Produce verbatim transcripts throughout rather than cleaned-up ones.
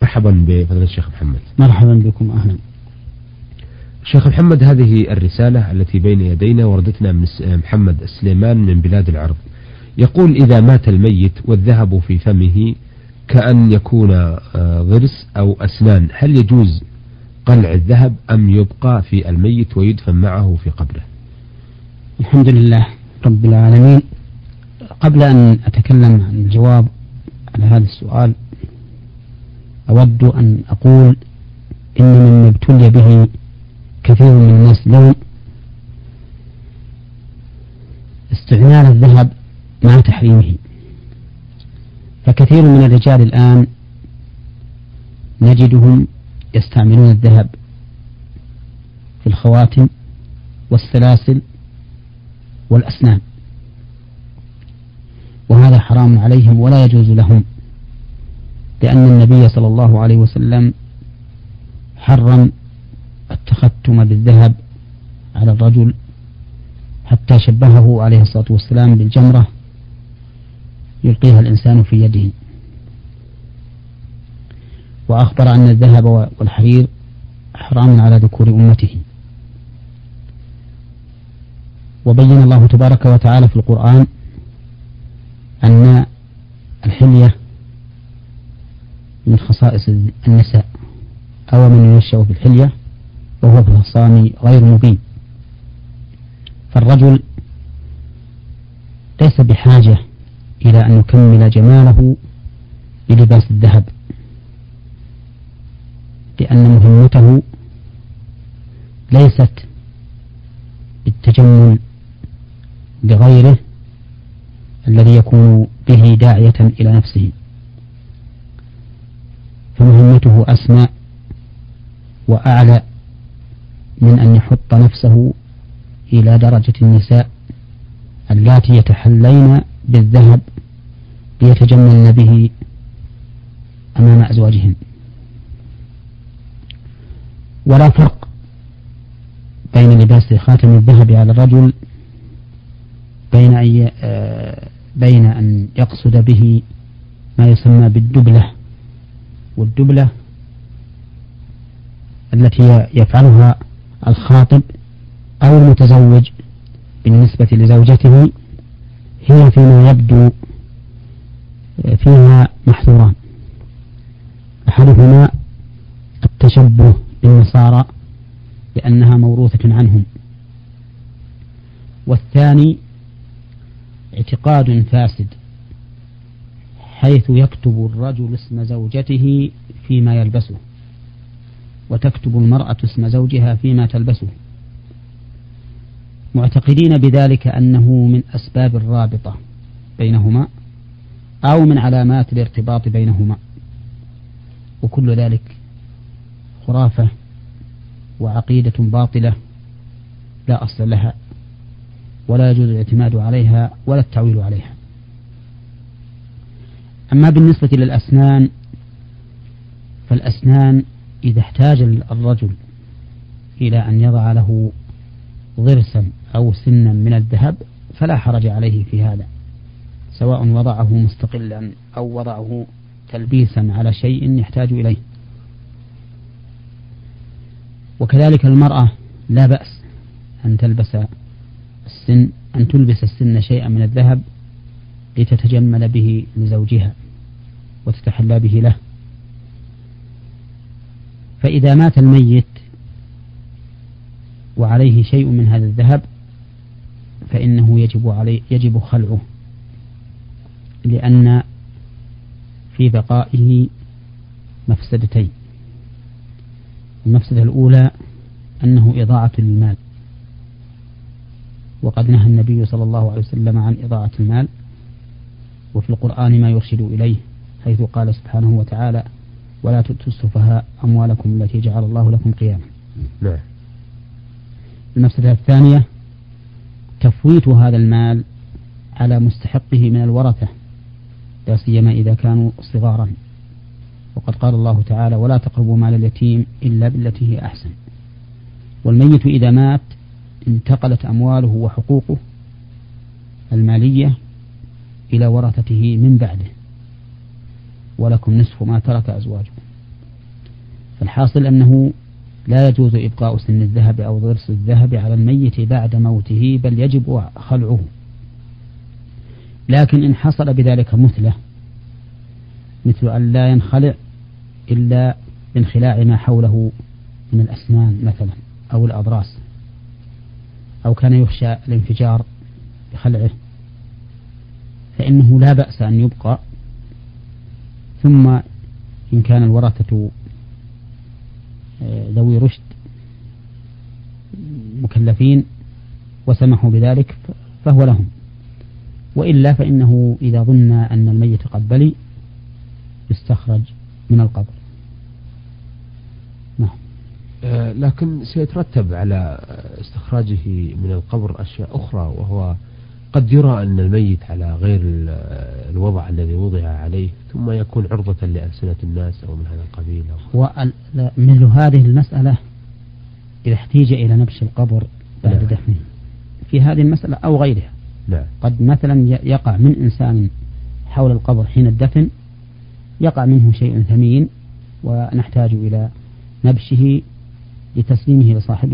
مرحبا بفضل الشيخ محمد. مرحبا بكم أهلا. شيخ محمد، هذه الرسالة التي بين يدينا وردتنا من محمد السليمان من بلاد العرب. يقول: إذا مات الميت والذهب في فمه كأن يكون غرس أو أسنان، هل يجوز قلع الذهب أم يبقى في الميت ويدفن معه في قبره؟ الحمد لله رب العالمين. قبل أن أتكلم عن الجواب على هذا السؤال أود أن أقول إن من ابتلي به كثير من الناس اليوم استعمال الذهب مع تحريمه. فكثير من الرجال الآن نجدهم يستعملون الذهب في الخواتم والسلاسل والأسنان، وهذا حرام عليهم ولا يجوز لهم، لأن النبي صلى الله عليه وسلم حرم التختم بالذهب على الرجل، حتى شبهه عليه الصلاة والسلام بالجمرة يلقيها الإنسان في يده، وأخبر أن الذهب والحرير حرام على ذكور أمته. وبين الله تبارك وتعالى في القرآن أن الحلية من خصائص النساء، أو من ينشأ في الحلية وهو في الخصام غير مبين. فالرجل ليس بحاجة إلى أن يكمل جماله بلباس الذهب، لأن مهمته ليست بالتجمل لغيره الذي يكون به داعية إلى نفسه، فمهمته أسمى وأعلى من أن يحط نفسه إلى درجة النساء اللاتي يتحلين بالذهب ليتجملن به أمام أزواجهن. ولا فرق بين لباس خاتم الذهب على الرجل بين أن بين أن يقصد به ما يسمى بالدبلة، والدبلة التي يفعلها الخاطب أو المتزوج بالنسبة لزوجته هي فيما يبدو فيها محظوران: أحدهما التشبه بالنصارى لأنها موروثة عنهم، والثاني اعتقاد فاسد حيث يكتب الرجل اسم زوجته فيما يلبسه، وتكتب المرأة اسم زوجها فيما تلبسه، معتقدين بذلك أنه من أسباب الرابطة بينهما أو من علامات الارتباط بينهما، وكل ذلك خرافة وعقيدة باطلة لا أصل لها، ولا يجوز الاعتماد عليها ولا التعويل عليها. أما بالنسبة للأسنان، فالأسنان إذا احتاج الرجل إلى أن يضع له ضرسا أو سنا من الذهب فلا حرج عليه في هذا، سواء وضعه مستقلا أو وضعه تلبيسا على شيء يحتاج إليه. وكذلك المرأة لا بأس أن تلبس السن أن تلبس السن شيئا من الذهب لتتجمل به لزوجها وتتحلى به له. فإذا مات الميت وعليه شيء من هذا الذهب فإنه يجب عليه يجب خلعه، لأن في بقائه مفسدتين: المفسدة الأولى أنه إضاعة للمال، وقد نهى النبي صلى الله عليه وسلم عن إضاعة المال، وفي القرآن ما يرشد إليه حيث قال سبحانه وتعالى: ولا تؤتوا السفهاء أموالكم التي جعل الله لكم قياما. نعم. المفسدة الثانية تفويت هذا المال على مستحقه من الورثة، لا سيما إذا كانوا صغارا، وقد قال الله تعالى: ولا تقربوا مال اليتيم إلا بالتي هي أحسن. والميت إذا مات انتقلت أمواله وحقوقه المالية إلى ورثته من بعده، ولكم نصف ما ترك أزواجه. الحاصل أنه لا يجوز إبقاء سن الذهب أو ضرس الذهب على الميت بعد موته، بل يجب خلعه. لكن إن حصل بذلك مثله، مثل أن لا ينخلع إلا بانخلاع ما حوله من الأسنان مثلا أو الأضراس، أو كان يخشى الانفجار بخلعه، فإنه لا بأس أن يبقى. ثم إن كان الورثة ذوي رشد مكلفين وسمحوا بذلك فهو لهم، وإلا فإنه إذا ظن أن الميت قد بلي يستخرج من القبر. نعم. آه لكن سيترتب على استخراجه من القبر أشياء أخرى، وهو قد يرى أن الميت على غير الوضع الذي وضع عليه، ثم يكون عرضة لألسنة الناس أو من هذا القبيل. ومثل هذه المسألة إذا احتيج إلى نبش القبر بعد نعم. دفنه في هذه المسألة أو غيرها. نعم. قد مثلا يقع من إنسان حول القبر حين الدفن يقع منه شيء ثمين ونحتاج إلى نبشه لتسليمه لصاحبه،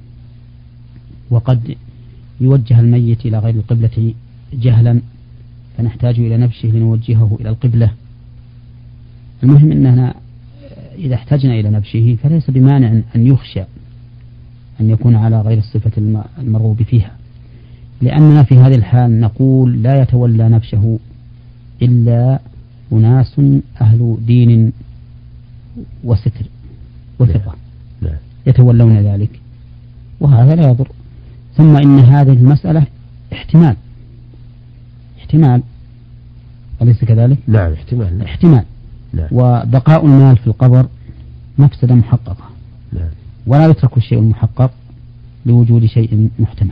وقد يوجه الميت إلى غير القبلة جهلا فنحتاج إلى نبشه لنوجهه إلى القبلة. المهم أننا إذا احتجنا إلى نبشه فليس بمانع أن يخشى أن يكون على غير الصفة المرغوب فيها، لأننا في هذه الحال نقول لا يتولى نبشه إلا أناس أهل دين وستر وثقة يتولون ذلك، وهذا لا يضر. ثم إن هذه المسألة احتمال احتمال أليس كذلك؟ نعم احتمال نعم. احتمال نعم. وبقاء المال في القبر مفسدة محققة. نعم. ولا يترك الشيء المحقق لوجود شيء محتمل.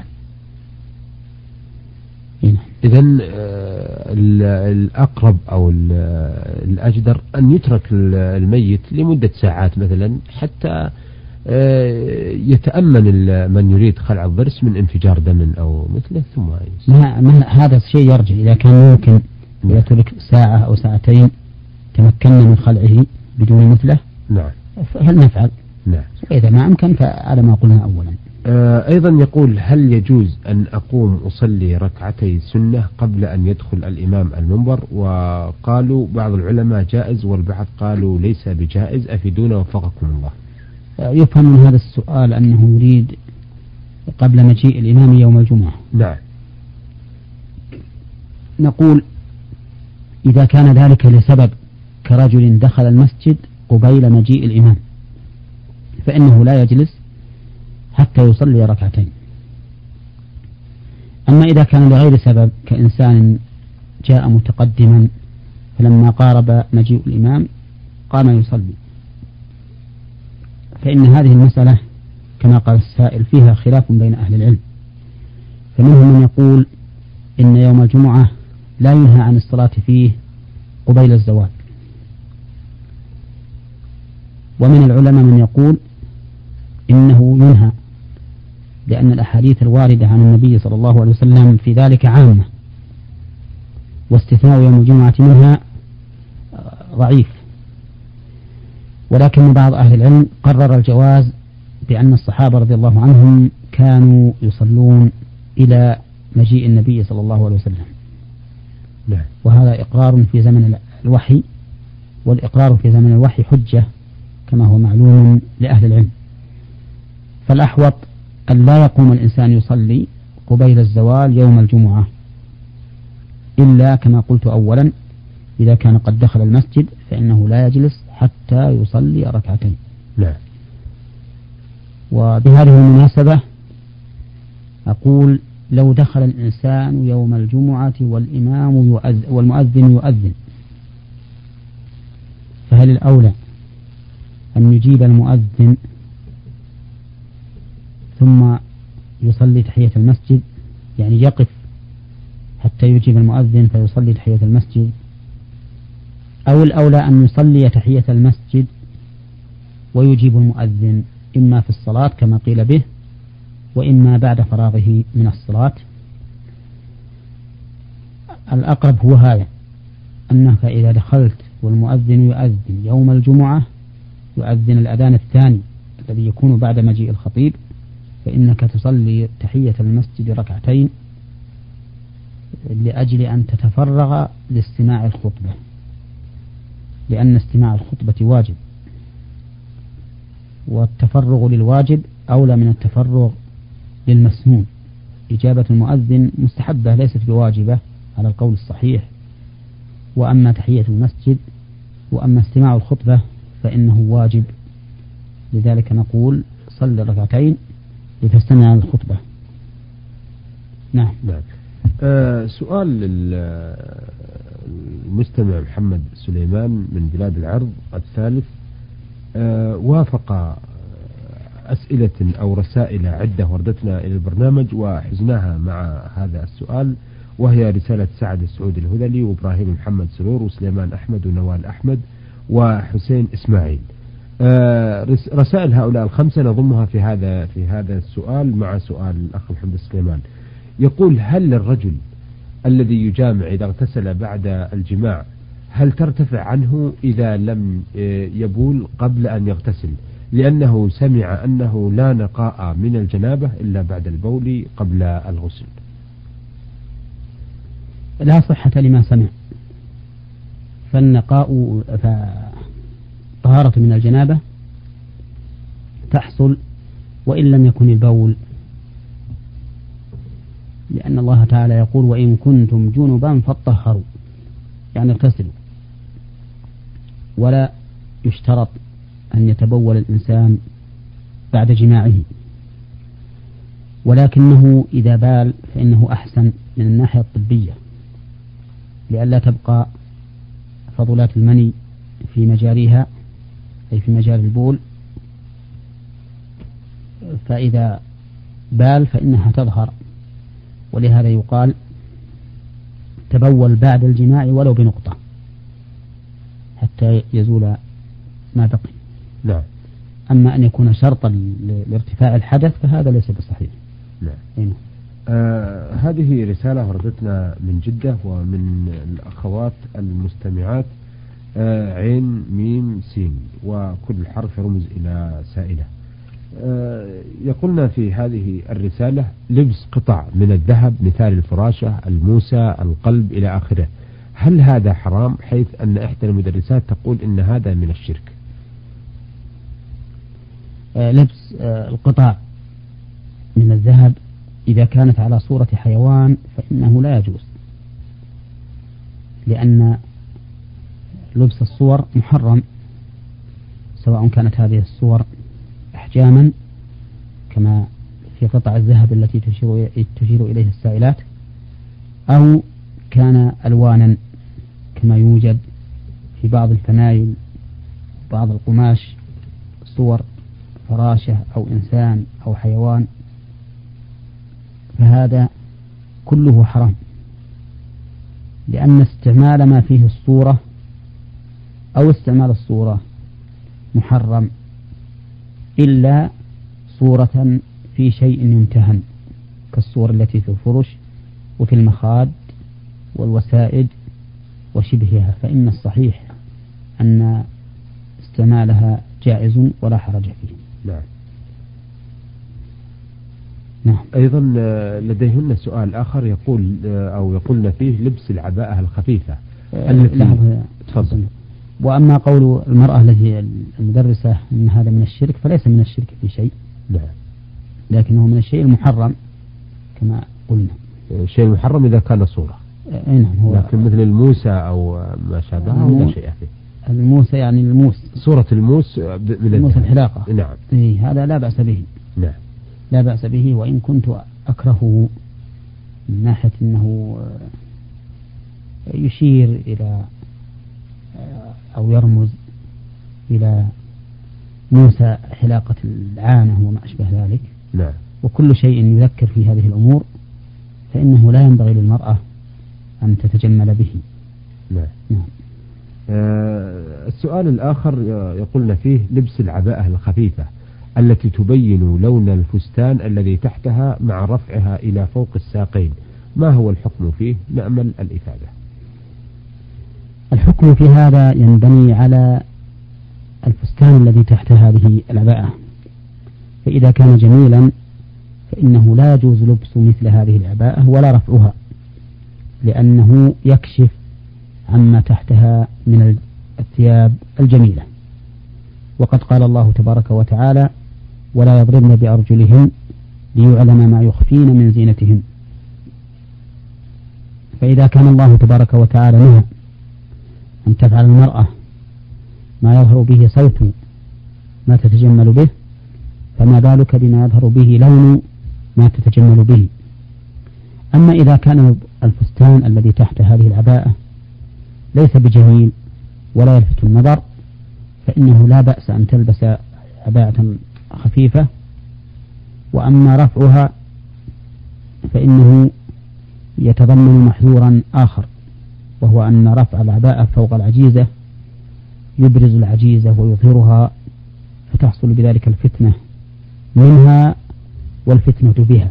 إذن الأقرب أو الأجدر أن يترك الميت لمدة ساعات مثلا حتى يتأمن من يريد خلع الضرس من انفجار دم أو مثله، ثم ما ما هذا الشيء يرجع إذا كان ممكن إذا ترك ساعة أو ساعتين تمكنا من خلعه بدون مثله. نعم. فلنفعل. نعم. وإذا ما أمكن فعلى ما قلنا أولا. أيضا يقول: هل يجوز أن أقوم أصلي ركعتي سنة قبل أن يدخل الإمام المنبر؟ وقالوا بعض العلماء جائز والبعض قالوا ليس بجائز، أفيدونا وفقكم الله. يفهم من هذا السؤال أنه يريد قبل مجيء الإمام يوم الجمعة. نعم. نقول إذا كان ذلك لسبب كرجل دخل المسجد قبيل مجيء الإمام فإنه لا يجلس حتى يصلي ركعتين. أما إذا كان لغير سبب كإنسان جاء متقدما فلما قارب مجيء الإمام قام يصلي، فإن هذه المسألة كما قال السائل فيها خلاف بين أهل العلم، فمنهم من يقول إن يوم الجمعة لا ينهى عن الصلاة فيه قبيل الزوال، ومن العلماء من يقول إنه ينهى، لأن الأحاديث الواردة عن النبي صلى الله عليه وسلم في ذلك عامة، واستثناء يوم الجمعة منها ضعيف. ولكن بعض أهل العلم قرر الجواز بأن الصحابة رضي الله عنهم كانوا يصلون إلى مجيء النبي صلى الله عليه وسلم. نعم. وهذا إقرار في زمن الوحي، والإقرار في زمن الوحي حجة كما هو معلوم لأهل العلم. فالأحوط أن لا يقوم الإنسان يصلي قبيل الزوال يوم الجمعة، إلا كما قلت أولا إذا كان قد دخل المسجد فإنه لا يجلس حتى يصلي ركعتين. نعم. وبهذه المناسبة أقول لو دخل الإنسان يوم الجمعة والإمام يؤذن والمؤذن يؤذن، فهل الأولى أن يجيب المؤذن ثم يصلي تحية المسجد، يعني يقف حتى يجيب المؤذن فيصلي تحية المسجد، أو الأولى أن يصلي تحية المسجد ويجيب المؤذن إما في الصلاة كما قيل به وإما بعد فراغه من الصلاة؟ الأقرب هو هذا، أنك إذا دخلت والمؤذن يؤذن يوم الجمعة يؤذن الأذان الثاني الذي يكون بعد مجيء الخطيب فإنك تصلي تحية المسجد ركعتين لأجل أن تتفرغ لاستماع الخطبة، لأن استماع الخطبة واجب، والتفرغ للواجب أولى من التفرغ للمسنون. إجابة المؤذن مستحبة ليست بواجبة على القول الصحيح، وأما تحية المسجد وأما استماع الخطبة فإنه واجب، لذلك نقول صل ركعتين لتستمع الخطبة. نعم. نعم. آه سؤال المستمع محمد سليمان من بلاد العرض الثالث، آه وافق أسئلة أو رسائل عدة وردتنا إلى البرنامج وحزناها مع هذا السؤال، وهي رسالة سعد السعود الهذلي وإبراهيم محمد سرور وسليمان أحمد ونوال أحمد وحسين إسماعيل. آه رسائل هؤلاء الخمسة نضمها في هذا في هذا السؤال مع سؤال الأخ محمد سليمان. يقول: هل للرجل الذي يجامع إذا اغتسل بعد الجماع هل ترتفع عنه إذا لم يبول قبل أن يغتسل، لأنه سمع أنه لا نقاء من الجنابة إلا بعد البول قبل الغسل؟ لا صحة لما سمع، فالنقاء فطهارة من الجنابة تحصل وإن لم يكن البول، لأن الله تعالى يقول: وإن كنتم جنبا فاطهروا، يعني اغتسلوا. ولا يشترط أن يتبول الإنسان بعد جماعه، ولكنه إذا بال فإنه أحسن من الناحية الطبية، لئلا تبقى فضلات المني في مجاريها أي في مجاري البول، فإذا بال فإنها تظهر، ولهذا يقال تبول بعد الجماع ولو بنقطة حتى يزول ما بقي. نعم. أما أن يكون شرطا لارتفاع الحدث فهذا ليس بصحيح. نعم. آه هذه رسالة وردتنا من جدة ومن الأخوات المستمعات، آه عين ميم سين، وكل حرف يرمز إلى سائلة. آه يقولنا في هذه الرسالة: لبس قطع من الذهب مثال الفراشة، الموسى، القلب إلى آخره، هل هذا حرام؟ حيث أن إحدى المدرسات تقول إن هذا من الشرك. آه لبس آه القطع من الذهب إذا كانت على صورة حيوان فإنه لا يجوز، لأن لبس الصور محرم، سواء كانت هذه الصور أحجاما كما في قطع الذهب التي تشير, تشير إليها السائلات، أو كان ألوانا كما يوجد في بعض الفنايل بعض القماش صور فراشة أو إنسان أو حيوان، فهذا كله حرام، لأن استعمال ما فيه الصورة أو استعمال الصورة محرم، إلا صورة في شيء يمتهن كالصور التي في الفرش وفي المخاد والوسائد وشبهها، فإن الصحيح أن استعمالها جائز ولا حرج فيه. نعم. نعم. أيضا لديهن سؤال آخر يقول أو يقولن فيه لبس العباءة الخفيفة التي تفضل. وأما قول المرأة التي المدرسة أن هذا من الشرك فليس من الشرك في شيء. نعم. لكنه من الشيء المحرم كما قلنا. الشيء المحرم إذا كان صورة. أي نعم. هو لكن مثل الموسى أو ما شابهه لا شيء فيه. الموسى يعني الموس. صورة الموس من الموس الحلاقة. نعم. إيه هذا لا بأس به. نعم. لا بأس به، وإن كنت أكرهه من ناحية أنه يشير إلى أو يرمز إلى موسى حلاقة العانة وما أشبه ذلك. نعم. وكل شيء يذكر في هذه الأمور فإنه لا ينبغي للمرأة أن تتجمل به. نعم. نعم. آه السؤال الآخر يقولنا فيه لبس العباءة الخفيفة التي تبين لون الفستان الذي تحتها مع رفعها إلى فوق الساقين، ما هو الحكم فيه؟ نأمل الإفادة. الحكم في هذا ينبني على الفستان الذي تحت هذه العباءة، فإذا كان جميلا فإنه لا يجوز لبس مثل هذه العباءة ولا رفعها، لأنه يكشف عما تحتها من الثياب الجميلة. وقد قال الله تبارك وتعالى: ولا يضربن بأرجلهن ليعلم ما يخفين من زينتهن. فإذا كان الله تبارك وتعالى نهى أن تفعل المرأة ما يظهر به صوت ما تتجمل به، فما بالك بما يظهر به لون ما تتجمل به. أما إذا كان الفستان الذي تحت هذه العباءة ليس بجميل ولا يلفت النظر، فإنه لا بأس أن تلبس عباءة خفيفة. وأما رفعها فإنه يتضمن محذورا آخر، وهو أن رفع العباءة فوق العجيزة يبرز العجيزة ويظهرها، فتحصل بذلك الفتنة منها والفتنة بها.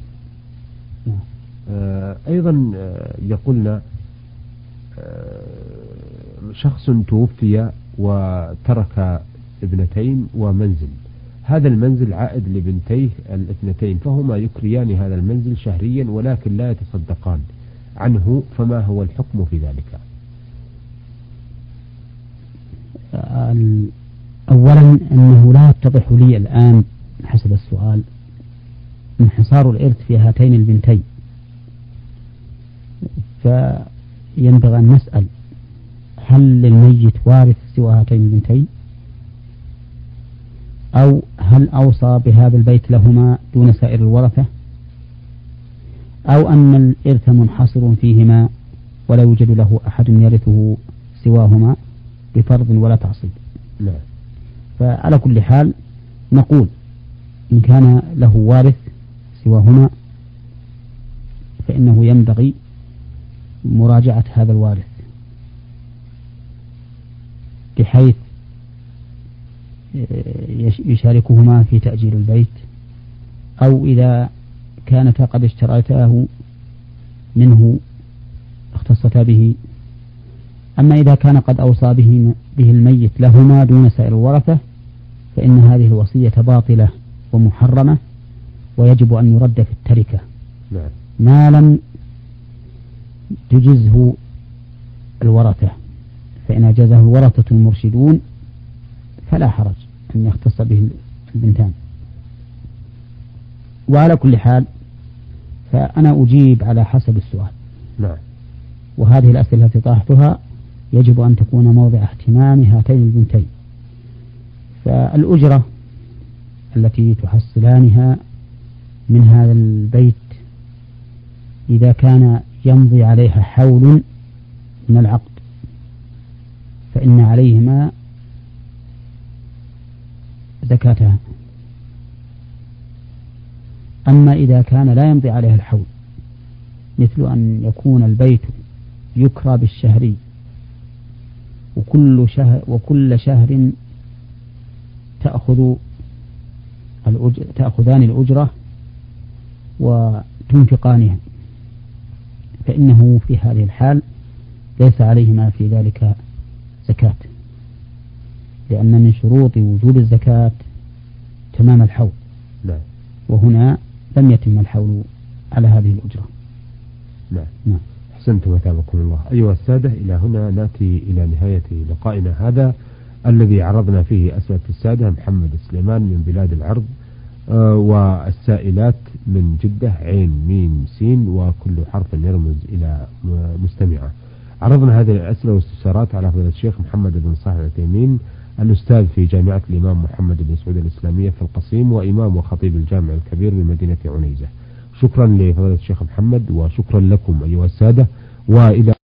آه أيضا آه يقولنا آه شخص توفي وترك ابنتين ومنزل، هذا المنزل عائد لبنتيه الاثنتين، فهما يكريان هذا المنزل شهريا ولكن لا يتصدقان عنه، فما هو الحكم في ذلك؟ أولا أنه لا يتضح لي الآن حسب السؤال انحصار الإرث في هاتين البنتين، فينبغي أن نسأل: هل للميت وارث سوى هاتين البنتين؟ أو هل أوصى بهذا البيت لهما دون سائر الورثة؟ أو أن الإرث منحصر فيهما ولا يوجد له أحد يرثه سواهما بفرض ولا تعصيب؟ لا. فعلى كل حال نقول إن كان له وارث سواهما فإنه ينبغي مراجعة هذا الوارث، بحيث يشاركهما في تأجير البيت، أو إذا كانتا قد اشتريتاه منه اختصتا به. أما إذا كان قد أوصى به, به الميت لهما دون سائر الورثة فإن هذه الوصية باطلة ومحرمة، ويجب أن يرد في التركة ما لم تجزه الورثة. فإن أجازه الورثة المرشدون فلا حرج أن يختص به البنتان. وعلى كل حال فأنا أجيب على حسب السؤال. نعم. وهذه الأسئلة التي طرحتها يجب أن تكون موضع اهتمام هاتين البنتين. فالأجرة التي تحصلانها من هذا البيت إذا كان يمضي عليها حول من العقد فإن عليهما زكاتها. أما إذا كان لا يمضي عليها الحول، مثل أن يكون البيت يكرى بالشهري وكل شهر وكل شهر تأخذ الأجر تأخذان الأجرة وتنفقانها، فإنه في هذه الحال ليس عليهما في ذلك زكاة، لأن من شروط وجوب الزكاة تمام الحول. لا. وهنا لم يتم الحول على هذه الأجرة. لا. نعم. أحسنتم وثابكم الله. أيها السادة، إلى هنا نأتي إلى نهاية لقائنا هذا الذي عرضنا فيه أسئلة السادة محمد سليمان من بلاد العرض آه والسائلات من جدة عين ميم سين وكل حرف يرمز إلى مستمعة. عرضنا هذه الأسئلة والاستفسارات على فضيلة الشيخ محمد بن صالح العثيمين الأستاذ في جامعة الإمام محمد بن سعود الإسلامية في القصيم وإمام وخطيب الجامع الكبير بمدينة عنيزة. شكرا لفضيلة الشيخ محمد وشكرا لكم أيها السادة، وإلى